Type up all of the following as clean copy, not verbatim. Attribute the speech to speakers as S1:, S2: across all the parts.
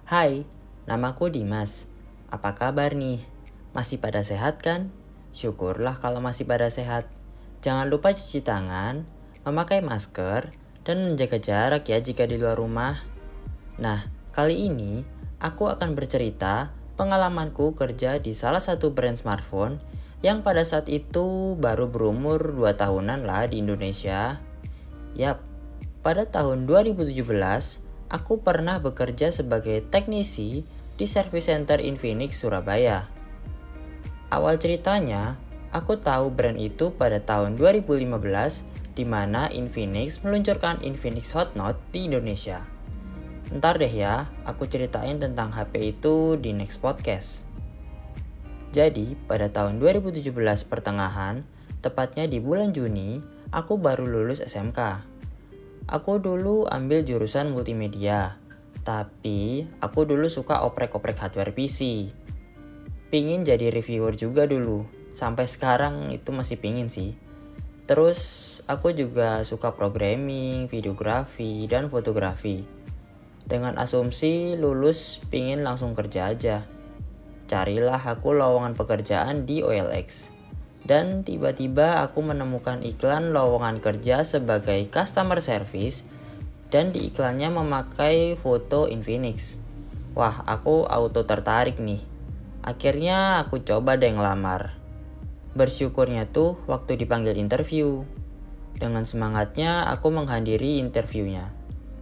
S1: Hai, namaku Dimas. Apa kabar nih? Masih pada sehat kan? Syukurlah kalau masih pada sehat. Jangan lupa cuci tangan, memakai masker, dan menjaga jarak ya jika di luar rumah. Nah, kali ini aku akan bercerita pengalamanku kerja di salah satu brand smartphone yang pada saat itu baru berumur 2 tahunan lah di Indonesia. Yap, pada tahun 2017, aku pernah bekerja sebagai teknisi di service center Infinix Surabaya. Awal ceritanya, aku tahu brand itu pada tahun 2015 di mana Infinix meluncurkan Infinix Hot Note di Indonesia. Ntar deh ya, aku ceritain tentang HP itu di next podcast. Jadi, pada tahun 2017 pertengahan, tepatnya di bulan Juni, aku baru lulus SMK. Aku dulu ambil jurusan multimedia, tapi aku dulu suka oprek-oprek hardware PC. Pingin jadi reviewer juga dulu, sampai sekarang itu masih pingin sih. Terus aku juga suka programming, videografi, dan fotografi. Dengan asumsi lulus pingin langsung kerja aja. Carilah aku lowongan pekerjaan di OLX. Dan tiba-tiba aku menemukan iklan lowongan kerja sebagai customer service dan di iklannya memakai foto Infinix. Wah, aku auto tertarik nih. Akhirnya aku coba deh ngelamar. Bersyukurnya tuh waktu dipanggil interview. Dengan semangatnya aku menghadiri interviewnya.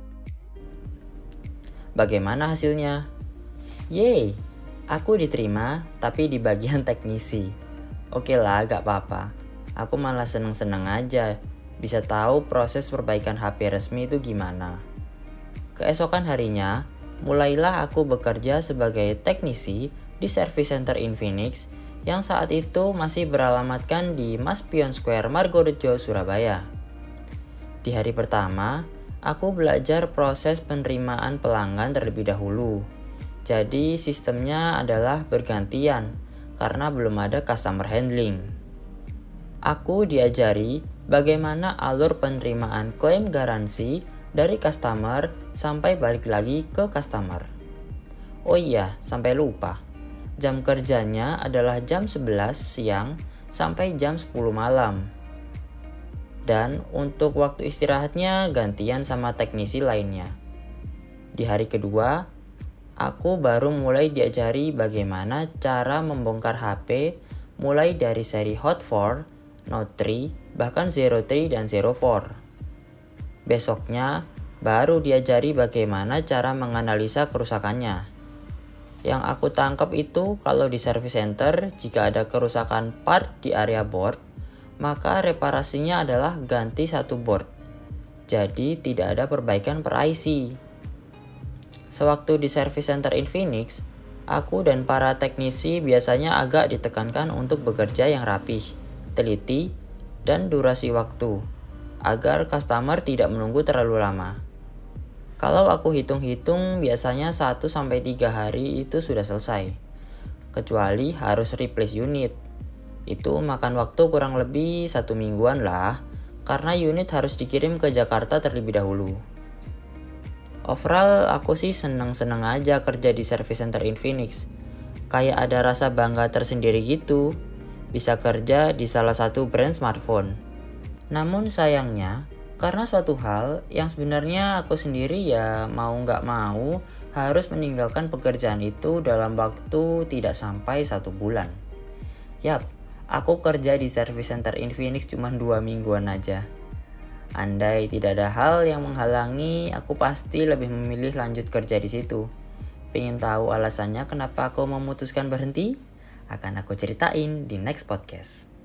S1: Bagaimana hasilnya? Yeay, aku diterima tapi di bagian teknisi. Oke lah, gak apa-apa. Aku malah seneng-seneng aja bisa tahu proses perbaikan HP resmi itu gimana. Keesokan harinya, mulailah aku bekerja sebagai teknisi di service center Infinix yang saat itu masih beralamatkan di Mas Pion Square, Margorejo, Surabaya. Di hari pertama, aku belajar proses penerimaan pelanggan terlebih dahulu. Jadi sistemnya adalah bergantian karena belum ada customer handling. Aku diajari bagaimana alur penerimaan klaim garansi dari customer sampai balik lagi ke customer. Oh iya, sampai lupa. Jam kerjanya adalah jam 11 siang sampai jam 10 malam. Dan untuk waktu istirahatnya gantian sama teknisi lainnya. Di hari kedua, aku baru mulai diajari bagaimana cara membongkar HP mulai dari seri Hot 4, Note 3, bahkan Zero 3 dan Zero 4. Besoknya baru diajari bagaimana cara menganalisa kerusakannya. Yang aku tangkap itu kalau di service center jika ada kerusakan part di area board, maka reparasinya adalah ganti satu board. Jadi tidak ada perbaikan per IC. Sewaktu di service center Infinix, aku dan para teknisi biasanya agak ditekankan untuk bekerja yang rapih, teliti, dan durasi waktu, agar customer tidak menunggu terlalu lama. Kalau aku hitung-hitung biasanya 1-3 hari itu sudah selesai, kecuali harus replace unit. Itu makan waktu kurang lebih 1 mingguan lah, karena unit harus dikirim ke Jakarta terlebih dahulu. Overall, aku sih seneng-seneng aja kerja di service center Infinix. Kayak ada rasa bangga tersendiri gitu, bisa kerja di salah satu brand smartphone. Namun sayangnya, karena suatu hal yang sebenarnya aku sendiri ya mau gak mau harus meninggalkan pekerjaan itu dalam waktu tidak sampai 1 bulan. Yap, aku kerja di service center Infinix cuma 2 mingguan aja. Andai tidak ada hal yang menghalangi, aku pasti lebih memilih lanjut kerja di situ. Pengen tahu alasannya kenapa aku memutuskan berhenti? Akan aku ceritain di next podcast.